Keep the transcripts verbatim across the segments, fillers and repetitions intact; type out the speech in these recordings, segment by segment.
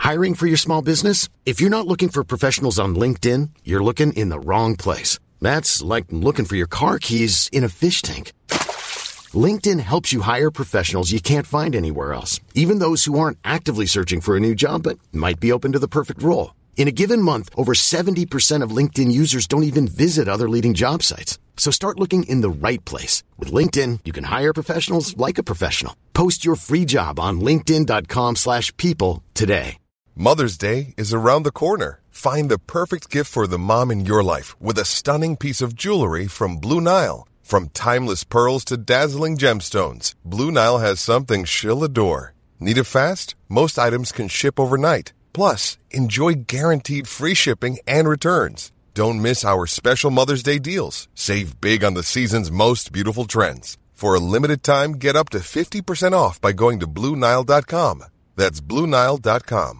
Hiring for your small business? If you're not looking for professionals on LinkedIn, you're looking in the wrong place. That's like looking for your car keys in a fish tank. LinkedIn helps you hire professionals you can't find anywhere else, even those who aren't actively searching for a new job but might be open to the perfect role. In a given month, over seventy percent of LinkedIn users don't even visit other leading job sites. So start looking in the right place. With LinkedIn, you can hire professionals like a professional. Post your free job on linkedin dot com slash people today. Mother's Day is around the corner. Find the perfect gift for the mom in your life with a stunning piece of jewelry from Blue Nile. From timeless pearls to dazzling gemstones, Blue Nile has something she'll adore. Need it fast? Most items can ship overnight. Plus, enjoy guaranteed free shipping and returns. Don't miss our special Mother's Day deals. Save big on the season's most beautiful trends. For a limited time, get up to fifty percent off by going to blue nile dot com. That's blue nile dot com.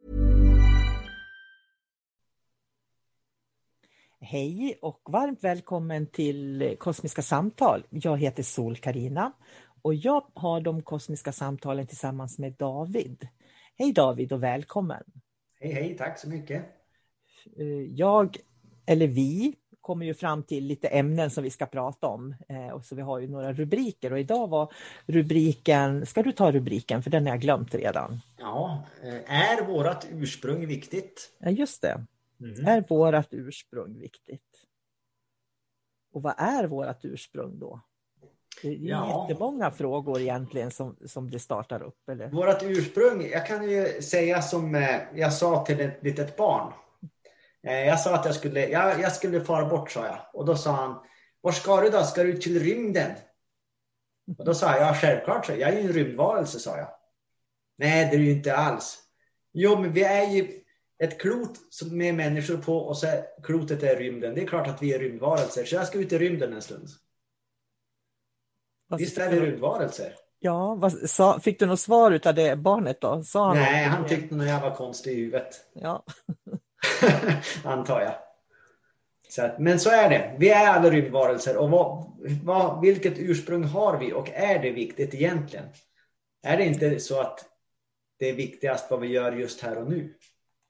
Hej och varmt välkommen till Kosmiska samtal. Jag heter Sol-Carina och jag har de kosmiska samtalen tillsammans med David. Hej David och välkommen. Hej hej, tack så mycket. Jag, eller vi, kommer ju fram till lite ämnen som vi ska prata om. Och så vi har ju några rubriker och idag var rubriken, ska du ta rubriken för den har jag glömt redan. Ja, är vårat ursprung viktigt? Ja just det. Mm. Är vårat ursprung viktigt? Och vad är vårat ursprung då? Det är ja. jättemånga frågor egentligen som, som det startar upp. Eller? Vårat ursprung, jag kan ju säga som eh, jag sa till ett litet barn. Eh, jag sa att jag skulle, jag, jag skulle fara bort, sa jag. Och då sa han, var ska du då? Ska du till rymden? Och då sa jag, ja självklart, så. Jag är ju en rymdvarelse, sa jag. Nej, det är ju inte alls. Jo, men vi är ju ett klot med människor på och så är klotet är rymden. Det är klart att vi är rymdvarelser. Så jag ska ut i rymden en stund. Visst är vi rymdvarelser? Ja, vad, sa, fick du något svar utav det barnet då? Sa han Nej, han tyckte nog jag var konstig i huvudet. Ja. Antar jag. Så att, men så är det. Vi är alla rymdvarelser. Och vad, vad, vilket ursprung har vi? Och är det viktigt egentligen? Är det inte så att det är viktigast vad vi gör just här och nu?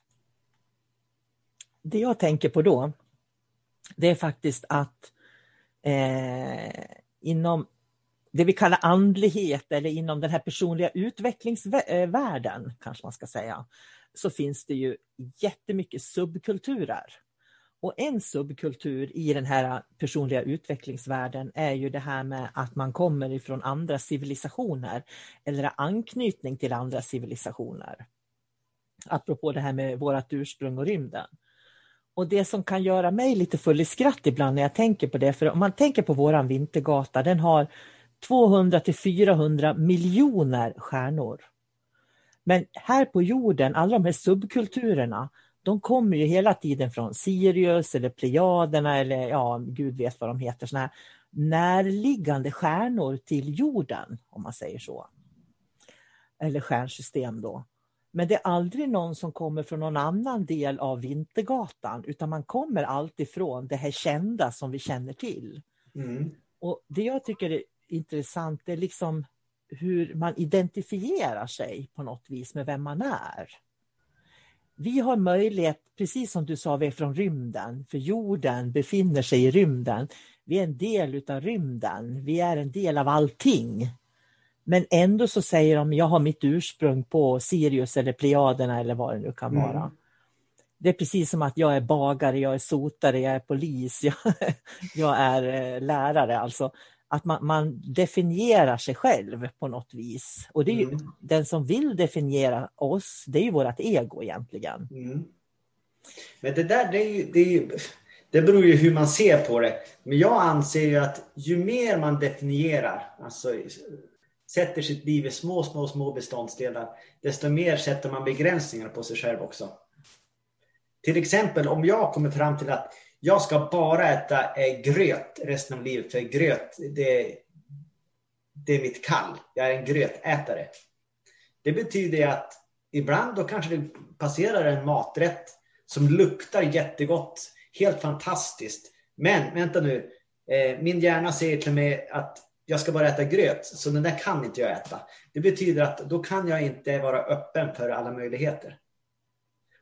Det jag tänker på då, det är faktiskt att eh, inom det vi kallar andlighet eller inom den här personliga utvecklingsvärlden, kanske man ska säga, så finns det ju jättemycket subkulturer. Och en subkultur i den här personliga utvecklingsvärlden är ju det här med att man kommer ifrån andra civilisationer eller har anknytning till andra civilisationer. Apropå det här med vårat ursprung och rymden. Och det som kan göra mig lite full i skratt ibland när jag tänker på det, för om man tänker på våran vintergata, den har tvåhundra till fyrahundra miljoner stjärnor. Men här på jorden, alla de här subkulturerna, de kommer ju hela tiden från Sirius eller Plejaderna eller ja, gud vet vad de heter, såna här närliggande stjärnor till jorden, om man säger så. Eller stjärnsystem då. Men det är aldrig någon som kommer från någon annan del av vintergatan, utan man kommer alltid från det här kända som vi känner till. Mm. Och det jag tycker är intressant är liksom hur man identifierar sig på något vis med vem man är. Vi har möjlighet, precis som du sa, vi är från rymden, för jorden befinner sig i rymden. Vi är en del av rymden, vi är en del av allting. Men ändå så säger de, jag har mitt ursprung på Sirius eller Plejaderna eller vad det nu kan vara. Mm. Det är precis som att jag är bagare, jag är sotare, jag är polis, jag, jag är lärare. Alltså att man, man definierar sig själv på något vis. Och det är ju, mm. den som vill definiera oss, det är ju vårt ego egentligen. Mm. Men det där, det, är ju, det, är ju, det beror ju hur man ser på det. Men jag anser ju att ju mer man definierar, alltså sätter sitt liv i små, små, små beståndsdelar, desto mer sätter man begränsningar på sig själv också. Till exempel om jag kommer fram till att jag ska bara äta eh, gröt resten av livet, för gröt det, det är mitt kall. Jag är en grötätare. Det betyder att ibland då kanske det passerar en maträtt som luktar jättegott, helt fantastiskt. Men vänta nu, eh, min hjärna säger till mig att jag ska bara äta gröt, så den där kan inte jag äta. Det betyder att då kan jag inte vara öppen för alla möjligheter.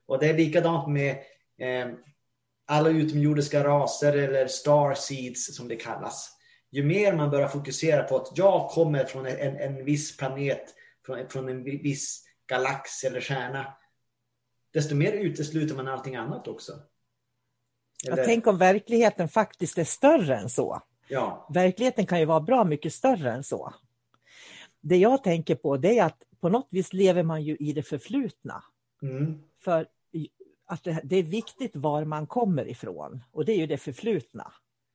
Och det är likadant med eh, alla utomjordiska raser eller star seeds som det kallas. Ju mer man börjar fokusera på att jag kommer från en, en, en viss planet, från, från en viss galax eller kärna, desto mer utesluter man allting annat också. Eller... Jag tänker om verkligheten faktiskt är större än så. Ja. Verkligheten kan ju vara bra mycket större än så. Det jag tänker på, det är att på något vis lever man ju i det förflutna. Mm. För att det, det är viktigt var man kommer ifrån. Och det är ju det förflutna.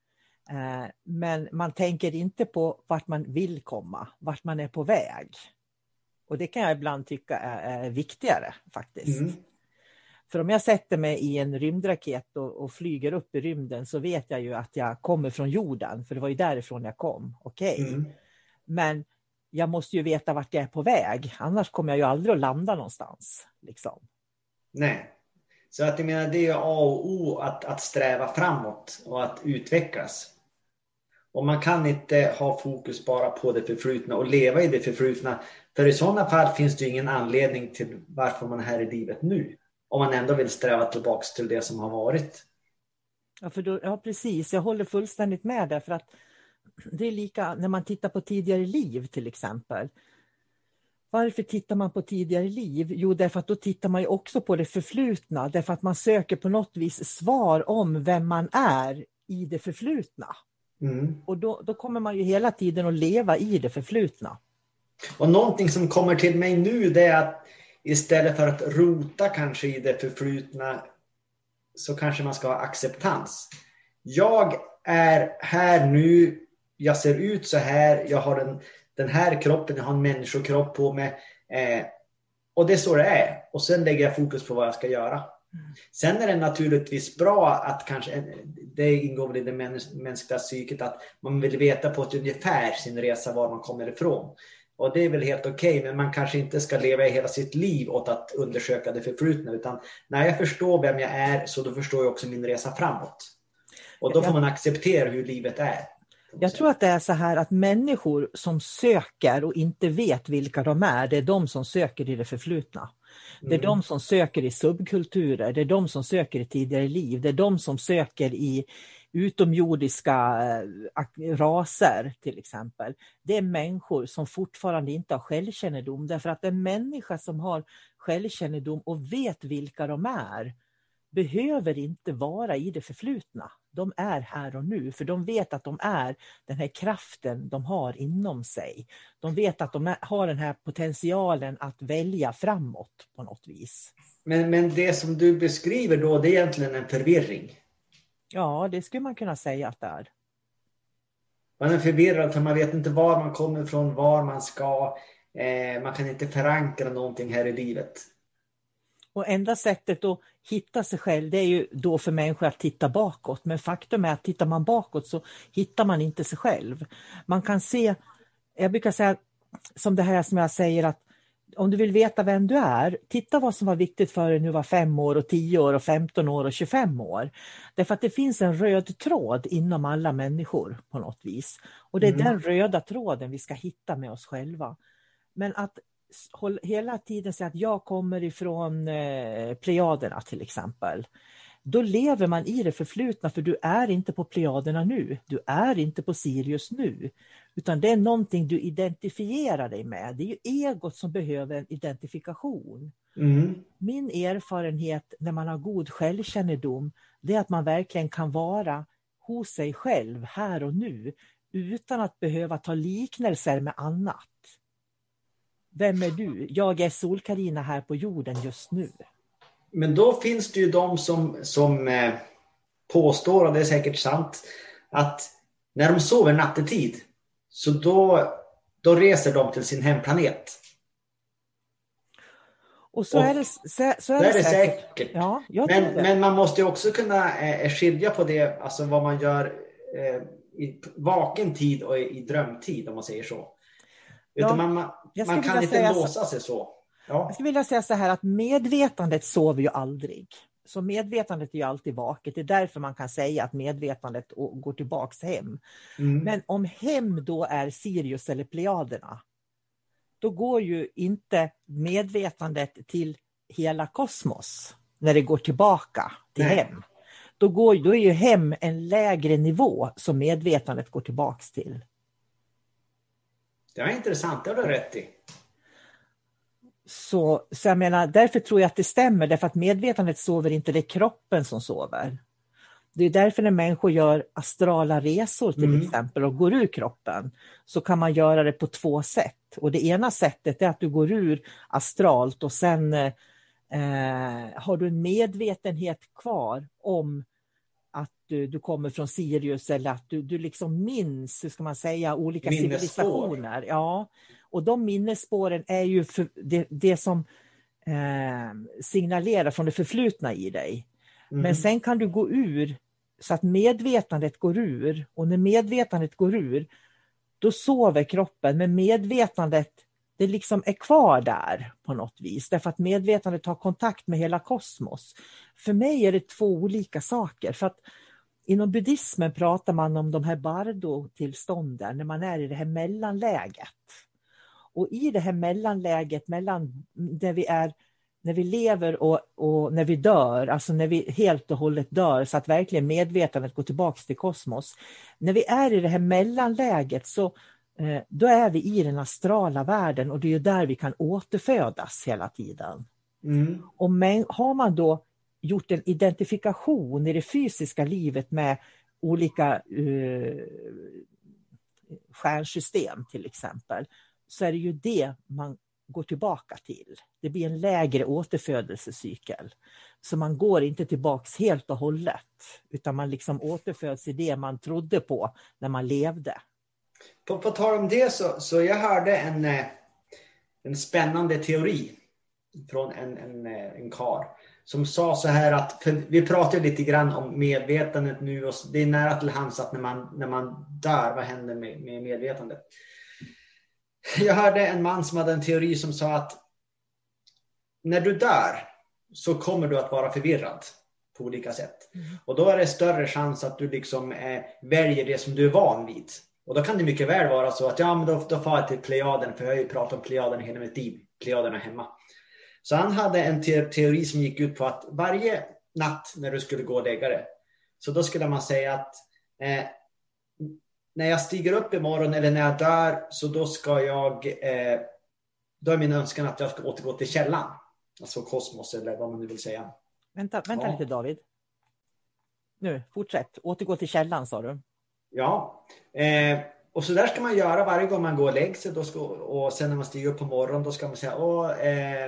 Eh, men man tänker inte på vart man vill komma. Vart man är på väg. Och det kan jag ibland tycka är, är viktigare faktiskt. Mm. För om jag sätter mig i en rymdraket och, och flyger upp i rymden, så vet jag ju att jag kommer från jorden. För det var ju därifrån jag kom. Okej. Okay. Mm. Men jag måste ju veta vart jag är på väg. Annars kommer jag ju aldrig att landa någonstans. Liksom. Nej. Så att jag menar, det är A och O att, att sträva framåt och att utvecklas. Och man kan inte ha fokus bara på det förflutna och leva i det förflutna. För i sådana fall finns det ju ingen anledning till varför man är här i livet nu. Om man ändå vill sträva tillbaka till det som har varit. Ja, för då, ja precis. Jag håller fullständigt med där. För att det är lika när man tittar på tidigare liv till exempel. Varför tittar man på tidigare liv? Jo, därför att då tittar man ju också på det förflutna. Därför att man söker på något vis svar om vem man är i det förflutna. Mm. Och då, då kommer man ju hela tiden att leva i det förflutna. Och någonting som kommer till mig nu, det är att istället för att rota kanske i det förflutna, så kanske man ska ha acceptans. Jag är här nu, jag ser ut så här, jag har en den här kroppen, jag har en människokropp på mig. Eh, och det är så det är. Och sen lägger jag fokus på vad jag ska göra. Mm. Sen är det naturligtvis bra att kanske, det ingår väl i det mäns- mänskliga psyket, att man vill veta på ett ungefär sin resa var man kommer ifrån. Och det är väl helt okej, okay, men man kanske inte ska leva i hela sitt liv åt att undersöka det förflutna. Utan när jag förstår vem jag är, så då förstår jag också min resa framåt. Och då får man acceptera hur livet är. Jag tror att det är så här att människor som söker och inte vet vilka de är, det är de som söker i det förflutna. Det är mm. de som söker i subkulturer, det är de som söker i tidigare liv, det är de som söker i utomjordiska raser till exempel. Det är människor som fortfarande inte har självkännedom, därför att en människa som har självkännedom och vet vilka de är behöver inte vara i det förflutna. De är här och nu, för de vet att de är den här kraften de har inom sig. De vet att de är, har den här potentialen att välja framåt på något vis. Men, men det som du beskriver då, det är egentligen en förvirring. Ja, det skulle man kunna säga att det är. Man är förvirrad för man vet inte var man kommer ifrån, var man ska. Eh, man kan inte förankra någonting här i livet. Och enda sättet att hitta sig själv, det är ju då för människor att titta bakåt. Men faktum är att tittar man bakåt så hittar man inte sig själv. Man kan se, jag brukar säga som det här som jag säger, att om du vill veta vem du är, titta vad som var viktigt för dig när du var fem år och tio år och femton år och tjugofem år. Därför att det finns en röd tråd inom alla människor på något vis. Och det är mm. den röda tråden vi ska hitta med oss själva. Men att håll, hela tiden säga att jag kommer ifrån eh, Plejaderna till exempel. Då lever man i det förflutna, för du är inte på Plejaderna nu. Du är inte på Sirius nu. Utan det är någonting du identifierar dig med. Det är ju egot som behöver en identifikation. Mm. Min erfarenhet när man har god självkännedom, det är att man verkligen kan vara hos sig själv här och nu utan att behöva ta liknelser med annat. Vem är du? Jag är Sol-Carina här på jorden just nu. Men då finns det ju de som, som eh, påstår, och det är säkert sant, att när de sover nattetid så då, då reser de till sin hemplanet. Och så och är det, så, så är det, det, är det säkert. säkert. Ja, jag men, tror det. men man måste ju också kunna eh, skilja på det, alltså vad man gör eh, i vaken tid och i, i drömtid, om man säger så. Utan Ja, man, man, man kan inte låsa så, sig så. Ja. Jag skulle vilja säga så här att medvetandet sover ju aldrig. Så medvetandet är ju alltid vaket. Det är därför man kan säga att medvetandet går tillbaks hem. Mm. Men om hem då är Sirius eller Plejaderna, då går ju inte medvetandet till hela kosmos. när det går tillbaka till Nej. hem. Då, går, då är ju hem en lägre nivå som medvetandet går tillbaks till. Det är intressant, det har du rätt i. Så, så jag menar, därför tror jag att det stämmer, därför att medvetandet sover inte, det är kroppen som sover. Det är därför när människor gör astrala resor till Mm. exempel och går ur kroppen, så kan man göra det på två sätt. Och det ena sättet är att du går ur astralt och sen eh, har du en medvetenhet kvar om att du, du kommer från Sirius, eller att du, du liksom minns, hur ska man säga, olika Minnesspår. civilisationer. Ja. Och de minnesspåren är ju för, det, det som eh, signalerar från det förflutna i dig. Mm. Men sen kan du gå ur så att medvetandet går ur, och när medvetandet går ur, då sover kroppen, men medvetandet, det liksom är kvar där på något vis, därför att medvetandet har kontakt med hela kosmos. För mig är det två olika saker, för att inom buddhismen pratar man om de här bardo-tillstånden, när man är i det här mellanläget. Och i det här mellanläget mellan där vi är, när vi lever och, och när vi dör, alltså när vi helt och hållet dör, så att verkligen medvetandet går tillbaka till kosmos. När vi är i det här mellanläget, så eh, då är vi i den astrala världen, och det är ju där vi kan återfödas hela tiden. Mm. Och men, har man då gjort en identifikation i det fysiska livet med olika uh, stjärnsystem till exempel, så är det ju det man går tillbaka till. Det blir en lägre återfödelsecykel. Så man går inte tillbaks helt och hållet, utan man liksom återföds i det man trodde på när man levde. På, på tal om det så, så jag hörde en, en spännande teori från en, en, en karl som sa så här att, för vi pratar lite grann om medvetandet nu, och det är nära till hands att när man, när man dör, vad händer med, med medvetandet? Jag hörde en man som hade en teori som sa att när du dör så kommer du att vara förvirrad på olika sätt. Mm. Och då är det större chans att du liksom eh, väljer det som du är van vid. Och då kan det mycket väl vara så att ja, men då, då får jag till Plejaden, för jag har ju pratat om Plejaden hela mitt liv, Plejaderna hemma. Så han hade en te- teori som gick ut på att varje natt när du skulle gå och lägga dig, så då skulle man säga att eh, när jag stiger upp imorgon eller när jag dör, så då ska jag eh, då är min önskan att jag ska återgå till källan, alltså kosmos eller vad man nu vill säga. Vänta, vänta ja. lite David. Nu, fortsätt. Återgå till källan, sa du. Ja, eh, och så där ska man göra varje gång man går och lägger sig. Då ska, och sen när man stiger upp på morgonen, då ska man säga åh, eh,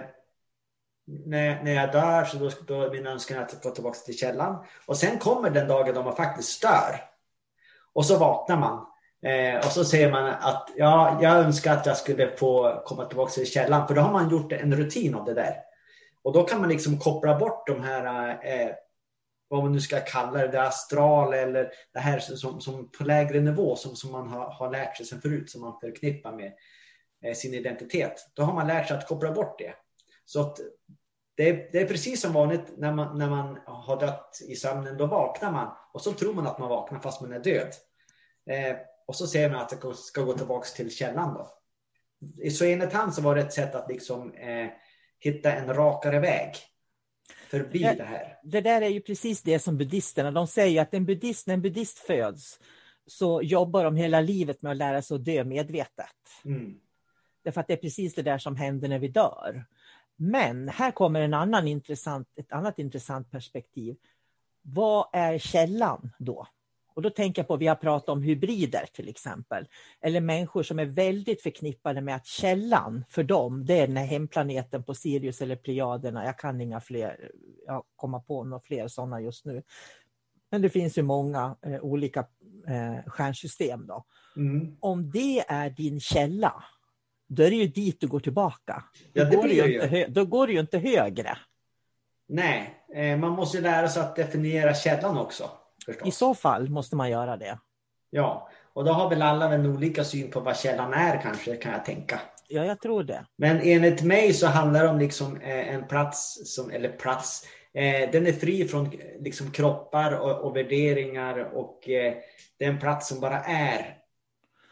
när, när jag dör så då, då är min önskan att gå tillbaka till källan. Och sen kommer den dagen då man faktiskt dör. Och så vaknar man. Eh, och så säger man att ja, jag önskar att jag skulle få komma tillbaka till källan. För då har man gjort en rutin av det där. Och då kan man liksom koppla bort de här, eh, vad man nu ska kalla det, det astral eller det här som, som på lägre nivå som, som man har, har lärt sig sedan förut, som man förknippar med eh, sin identitet. Då har man lärt sig att koppla bort det. Så att det är, det är precis som vanligt när man, när man har dött i sömnen, då vaknar man. Och så tror man att man vaknar fast man är död. Eh, och så säger man att det ska gå tillbaka till källan då. Så enligt han så var det ett sätt att liksom eh, hitta en rakare väg förbi det, det här. Det där är ju precis det som buddhisterna, de säger att en buddhist, när en buddhist föds, så jobbar de hela livet med att lära sig att dö medvetet. Mm. Därför att det är precis det där som händer när vi dör. Men här kommer en annan intressant, ett annat intressant perspektiv. Vad är källan då? Och då tänker jag på, vi har pratat om hybrider till exempel. Eller människor som är väldigt förknippade med att källan för dem, det är den här hemplaneten på Sirius eller Plejaderna. Jag kan inga fler, jag kommer på några fler sådana just nu. Men det finns ju många eh, olika eh, stjärnsystem då. Mm. Om det är din källa, då är det ju dit du går tillbaka. Då, Ja, det går, blir det ju ju. inte hö- då går det ju inte högre. Nej, eh, man måste lära sig att definiera källan också. Förstås. I så fall måste man göra det. Ja, och då har väl alla en olika syn på vad källan är kanske, kan jag tänka. Ja, jag tror det. Men enligt mig så handlar det om liksom eh, en plats, som, eller plats, eh, den är fri från liksom kroppar och, och värderingar, och eh, det är en plats som bara är.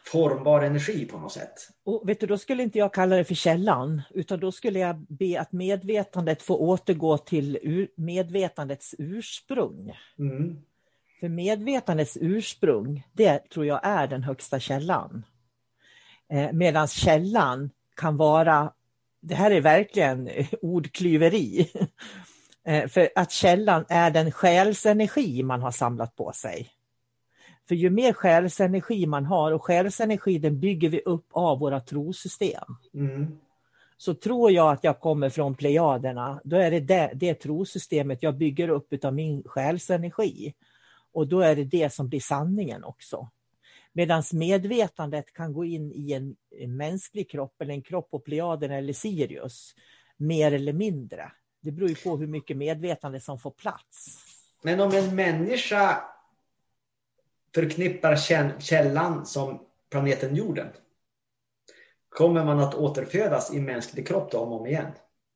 formbar energi på något sätt. Och vet du, då skulle inte jag kalla det för källan, utan då skulle jag be att medvetandet får återgå till ur, medvetandets ursprung. Mm. För medvetandets ursprung, det tror jag är den högsta källan. Eh, Medan källan kan vara, det här är verkligen ordklyveri, eh, för att källan är den själsenergi man har samlat på sig. För ju mer själsenergi man har, och själsenergi den bygger vi upp av våra trosystem. Mm. Så tror jag att jag kommer från plejaderna, då är det det, det trosystemet jag bygger upp av min själsenergi. Och då är det det som blir sanningen också. Medan medvetandet kan gå in i en, en mänsklig kropp eller en kropp på plejaden eller Sirius. Mer eller mindre. Det beror ju på hur mycket medvetande som får plats. Men om en människa förknippar källan som planeten jorden, kommer man att återfödas i mänsklig kropp då om och om igen?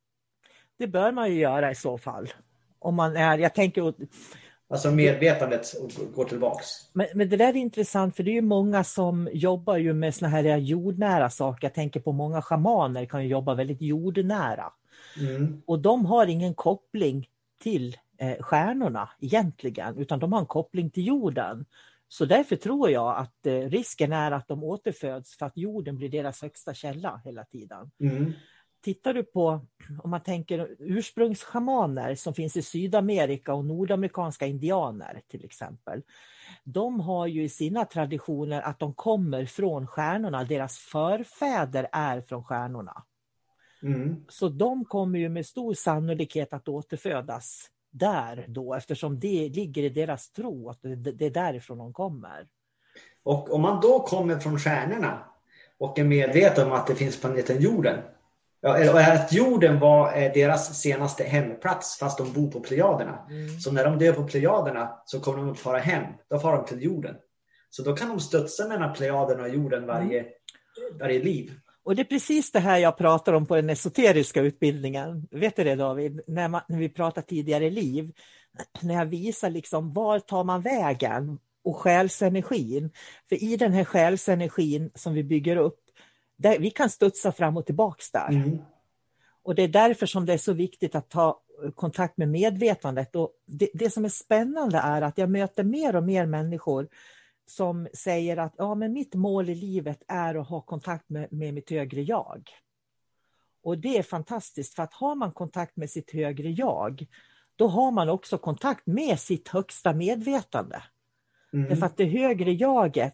Det bör man ju göra i så fall. Om man är, jag tänker... Alltså medvetandet går tillbaks. Men, men det där är intressant, för det är ju många som jobbar ju med såna här jordnära saker. Jag tänker på många schamaner kan ju jobba väldigt jordnära. Mm. Och de har ingen koppling till eh, stjärnorna egentligen, utan de har en koppling till jorden. Så därför tror jag att eh, risken är att de återföds för att jorden blir deras högsta källa hela tiden. Mm. Tittar du på, om man tänker ursprungsschamaner som finns i Sydamerika och nordamerikanska indianer till exempel. De har ju i sina traditioner att de kommer från stjärnorna, deras förfäder är från stjärnorna. Mm. Så de kommer ju med stor sannolikhet att återfödas där då, eftersom det ligger i deras tro att det är därifrån de kommer. Och om man då kommer från stjärnorna och är medveten om att det finns planeten jorden, ja, eller att jorden var deras senaste hemplats fast de bor på plejaderna. Mm. Så när de dör på plejaderna så kommer de att fara hem. Då far de till jorden. Så då kan de stötsa mellan plejaderna och jorden varje, mm. varje liv. Och det är precis det här jag pratar om på den esoteriska utbildningen. Vet du det David? När, man, när vi pratar tidigare liv. När jag visar liksom var tar man vägen och själsenergin. För i den här själsenergin som vi bygger upp, där, vi kan studsa fram och tillbaks där. Mm. Och det är därför som det är så viktigt att ta kontakt med medvetandet. Och det, det som är spännande är att jag möter mer och mer människor som säger att ja, men mitt mål i livet är att ha kontakt med, med mitt högre jag. Och det är fantastiskt, för att har man kontakt med sitt högre jag, då har man också kontakt med sitt högsta medvetande. Mm. Därför att det högre jaget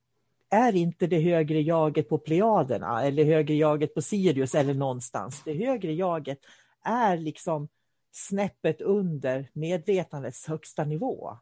är inte det högre jaget på plejaderna eller högre jaget på Sirius eller någonstans. Det högre jaget är liksom snäppet under medvetandets högsta nivå.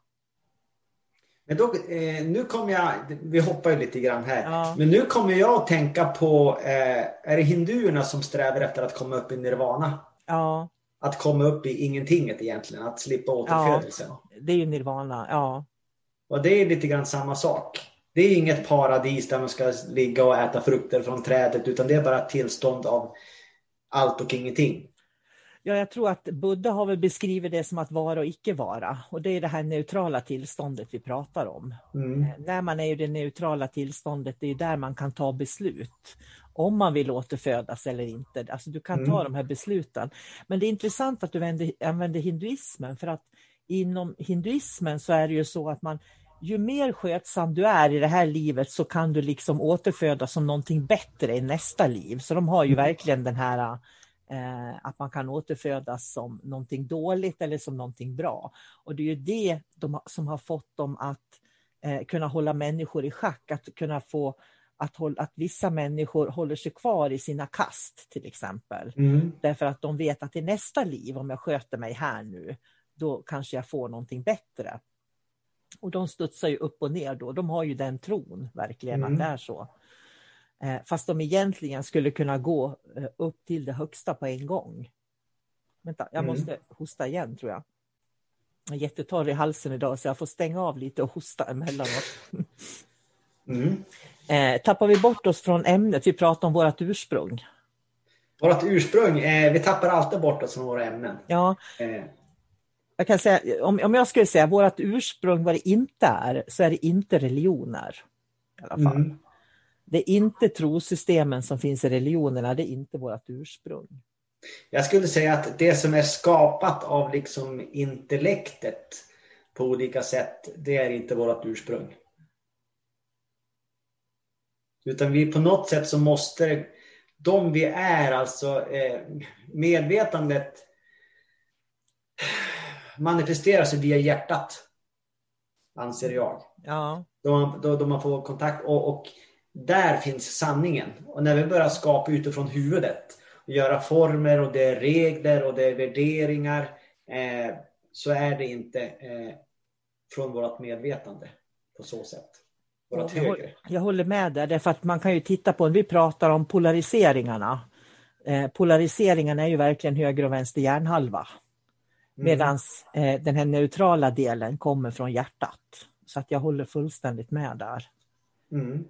Men då, eh, nu kommer jag, vi hoppar ju lite grann här, ja. Men nu kommer jag att tänka på, eh, är det hinduerna som strävar efter att komma upp i nirvana? Ja. Att komma upp i ingentinget egentligen, att slippa återfödelsen. Ja, det är ju nirvana, ja. Och det är lite grann samma sak. Det är inget paradis där man ska ligga och äta frukter från trädet, utan det är bara ett tillstånd av allt och ingenting. Ja, jag tror att Buddha har väl beskrivit det som att vara och icke vara. Och det är det här neutrala tillståndet vi pratar om. Mm. När man är i det neutrala tillståndet, det är där man kan ta beslut. Om man vill återfödas eller inte. Alltså du kan mm. ta de här besluten. Men det är intressant att du använder, använder hinduismen. För att inom hinduismen så är det ju så att man, ju mer skötsam du är i det här livet så kan du liksom återfödas som någonting bättre i nästa liv. Så de har ju mm. verkligen den här... Eh, att man kan återfödas som någonting dåligt eller som någonting bra. Och det är ju det de, som har fått dem att eh, kunna hålla människor i schack. Att kunna få att, hålla, att vissa människor håller sig kvar i sina kast till exempel. Mm. Därför att de vet att i nästa liv, om jag sköter mig här nu, då kanske jag får någonting bättre. Och de studsar ju upp och ner då. De har ju den tron verkligen mm. att det är så. Fast de egentligen skulle kunna gå upp till det högsta på en gång. Vänta, jag måste mm. hosta igen tror jag. Jag är jättetorr i halsen idag så jag får stänga av lite och hosta emellanåt. Mm. eh, tappar vi bort oss från ämnet? Vi pratar om vårt ursprung. Vårt ursprung, eh, vi tappar alltid bort oss från våra ämnen. Ja. Eh. Jag kan säga, om, om jag skulle säga vårt ursprung vad det inte är, så är det inte religioner. I alla fall. Mm. Det är inte trosystemen som finns i religionerna, det är inte vårt ursprung. Jag skulle säga att det som är skapat av liksom intellektet på olika sätt, det är inte vårt ursprung. Utan vi på något sätt så måste de vi är, alltså eh, medvetandet manifesterar sig via hjärtat, anser jag. Ja. Då, då, då man får kontakt och, och där finns sanningen. Och när vi börjar skapa utifrån huvudet och göra former och det är regler och det är värderingar, eh, så är det inte eh, från vårt medvetande på så sätt. Vårt jag, högre. jag håller med där, därför att man kan ju titta på, när vi pratar om polariseringarna. Eh, polariseringarna är ju verkligen höger och vänster hjärnhalva. Mm. Medan eh, den här neutrala delen kommer från hjärtat. Så att jag håller fullständigt med där. Mm.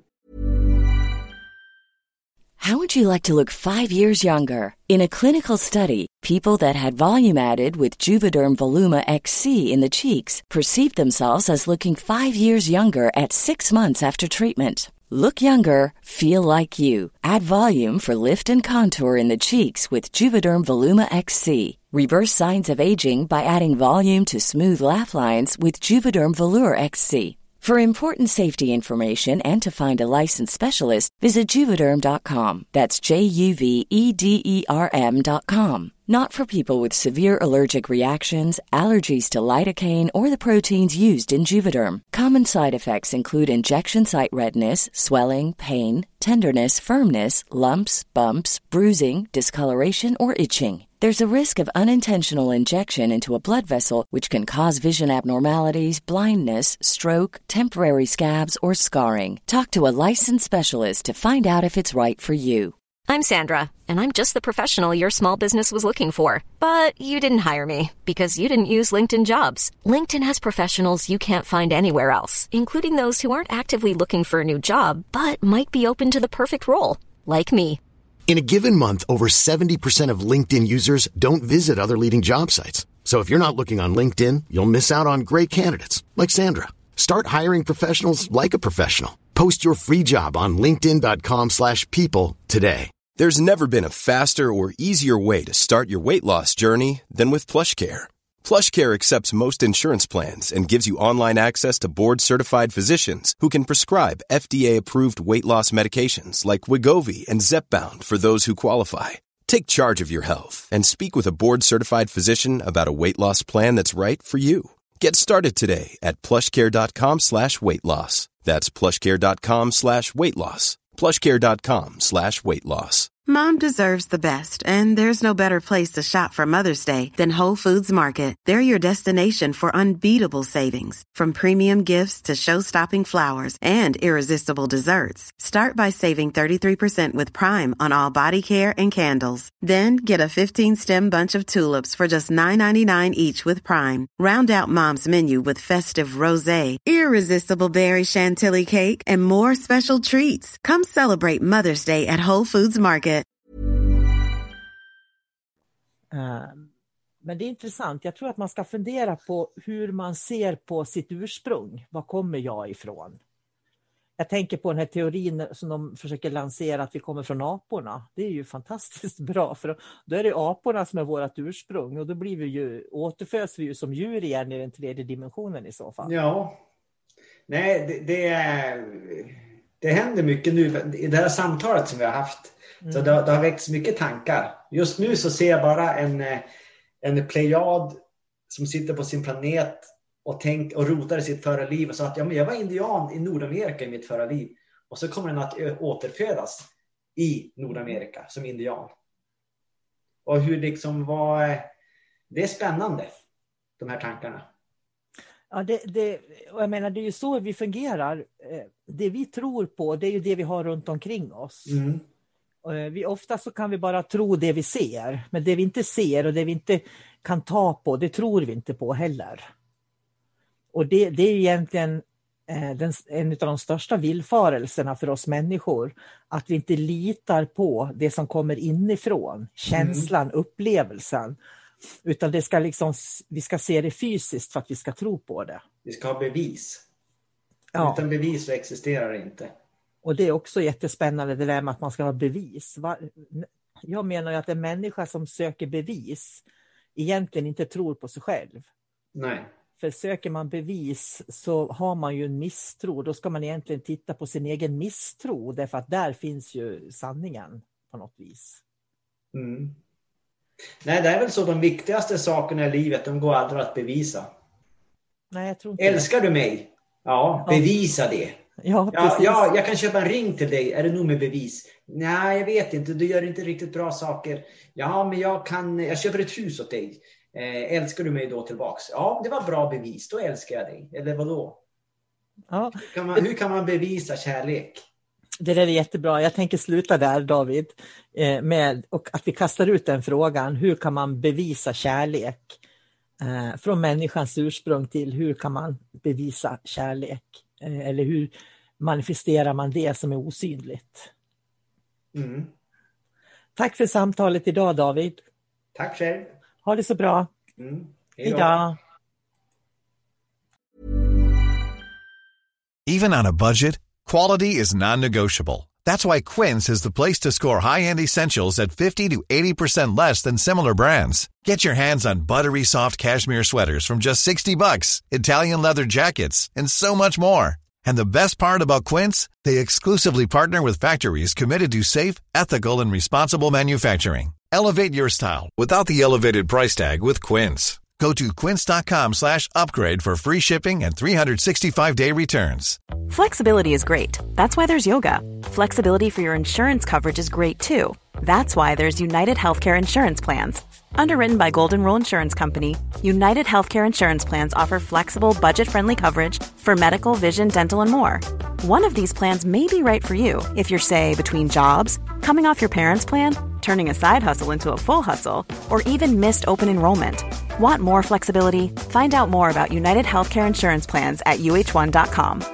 How would you like to look five years younger? In a clinical study, people that had volume added with Juvederm Voluma X C in the cheeks perceived themselves as looking five years younger at six months after treatment. Look younger, feel like you. Add volume for lift and contour in the cheeks with Juvederm Voluma X C. Reverse signs of aging by adding volume to smooth laugh lines with Juvederm Volure X C. For important safety information and to find a licensed specialist, visit Juvederm dot com. That's J U V E D E R M dot com. Not for people with severe allergic reactions, allergies to lidocaine, or the proteins used in Juvederm. Common side effects include injection site redness, swelling, pain, tenderness, firmness, lumps, bumps, bruising, discoloration, or itching. There's a risk of unintentional injection into a blood vessel, which can cause vision abnormalities, blindness, stroke, temporary scabs, or scarring. Talk to a licensed specialist to find out if it's right for you. I'm Sandra, and I'm just the professional your small business was looking for. But you didn't hire me because you didn't use LinkedIn Jobs. LinkedIn has professionals you can't find anywhere else, including those who aren't actively looking for a new job, but might be open to the perfect role, like me. In a given month, over seventy percent of LinkedIn users don't visit other leading job sites. So if you're not looking on LinkedIn, you'll miss out on great candidates like Sandra. Start hiring professionals like a professional. Post your free job on linkedin dot com slash people today. There's never been a faster or easier way to start your weight loss journey than with PlushCare. PlushCare accepts most insurance plans and gives you online access to board-certified physicians who can prescribe F D A-approved weight loss medications like Wegovy and Zepbound for those who qualify. Take charge of your health and speak with a board-certified physician about a weight loss plan that's right for you. Get started today at plushcare.com slash weight loss. That's plushcare.com slash weight loss. plushcare.com slash weight loss. Mom deserves the best, and there's no better place to shop for Mother's Day than Whole Foods Market. They're your destination for unbeatable savings, from premium gifts to show-stopping flowers and irresistible desserts. Start by saving thirty-three percent with Prime on all body care and candles. Then get a fifteen-stem bunch of tulips for just nine ninety-nine each with Prime. Round out Mom's menu with festive rosé, irresistible berry chantilly cake, and more special treats. Come celebrate Mother's Day at Whole Foods Market. Men det är intressant. Jag tror att man ska fundera på hur man ser på sitt ursprung. Var kommer jag ifrån? Jag tänker på den här teorin som de försöker lansera, att vi kommer från aporna. Det är ju fantastiskt bra, för då är det aporna som är vårt ursprung, och då blir vi ju, återföds vi ju som djur igen i den tredje dimensionen i så fall. Ja, nej det, det, är, det händer mycket nu i det här samtalet som vi har haft. Mm. Så det, det har väckts mycket tankar. Just nu så ser jag bara en, en plejad som sitter på sin planet och, tänk, och rotar i sitt förra liv och sa att ja, men jag var indian i Nordamerika i mitt förra liv. Och så kommer den att återfödas i Nordamerika som indian. Och hur liksom var... Det är spännande, de här tankarna. Ja, det, det, och jag menar, det är ju så vi fungerar. Det vi tror på, det är ju det vi har runt omkring oss. Mm. Vi, ofta så kan vi bara tro det vi ser, men det vi inte ser och det vi inte kan ta på, det tror vi inte på heller. Och det, det är egentligen eh, den, en av de största villfarelserna för oss människor, att vi inte litar på det som kommer inifrån, känslan, mm. upplevelsen, utan det ska liksom, vi ska se det fysiskt för att vi ska tro på det. Vi ska ha bevis. Ja. Utan bevis så existerar det inte. Och det är också jättespännande det där med att man ska ha bevis. Jag menar ju att en människa som söker bevis egentligen inte tror på sig själv. Nej. För söker man bevis så har man ju en misstro. Då ska man egentligen titta på sin egen misstro. Därför att där finns ju sanningen på något vis. Mm. Nej, det är väl så de viktigaste sakerna i livet, de går aldrig att bevisa. Nej, jag tror inte Älskar det. du mig? Ja, bevisa det. Ja, ja, ja, jag kan köpa en ring till dig. Är det nog med bevis? Nej, jag vet inte. Du gör inte riktigt bra saker. Ja, men jag kan. Jag köper ett hus åt dig. Eh, älskar du mig då tillbaks? Ja, det var bra bevis. Då älskar jag dig. Eller vadå? Ja. Hur kan man, hur kan man bevisa kärlek? Det där är jättebra. Jag tänker sluta där, David, eh, med och att vi kastar ut den frågan. Hur kan man bevisa kärlek? Eh, från människans ursprung till hur kan man bevisa kärlek? Eh, eller hur manifesterar man det som är osynligt? Mm. Tack för samtalet idag, David. Tack själv. Ha det så bra. Mm. Hej då. Even on a budget, quality is non-negotiable. That's why Quince is the place to score high-end essentials at fifty to eighty percent less than similar brands. Get your hands on buttery soft cashmere sweaters from just sixty bucks, Italian leather jackets, and so much more. And the best part about Quince, they exclusively partner with factories committed to safe, ethical, and responsible manufacturing. Elevate your style without the elevated price tag with Quince. Go to quince.com slash upgrade for free shipping and three sixty-five day returns. Flexibility is great. That's why there's yoga. Flexibility for your insurance coverage is great too. That's why there's United Healthcare Insurance Plans. Underwritten by Golden Rule Insurance Company, United Healthcare Insurance Plans offer flexible, budget-friendly coverage for medical, vision, dental, and more. One of these plans may be right for you if you're, say, between jobs, coming off your parents' plan, turning a side hustle into a full hustle, or even missed open enrollment. Want more flexibility? Find out more about United Healthcare Insurance Plans at U H one dot com.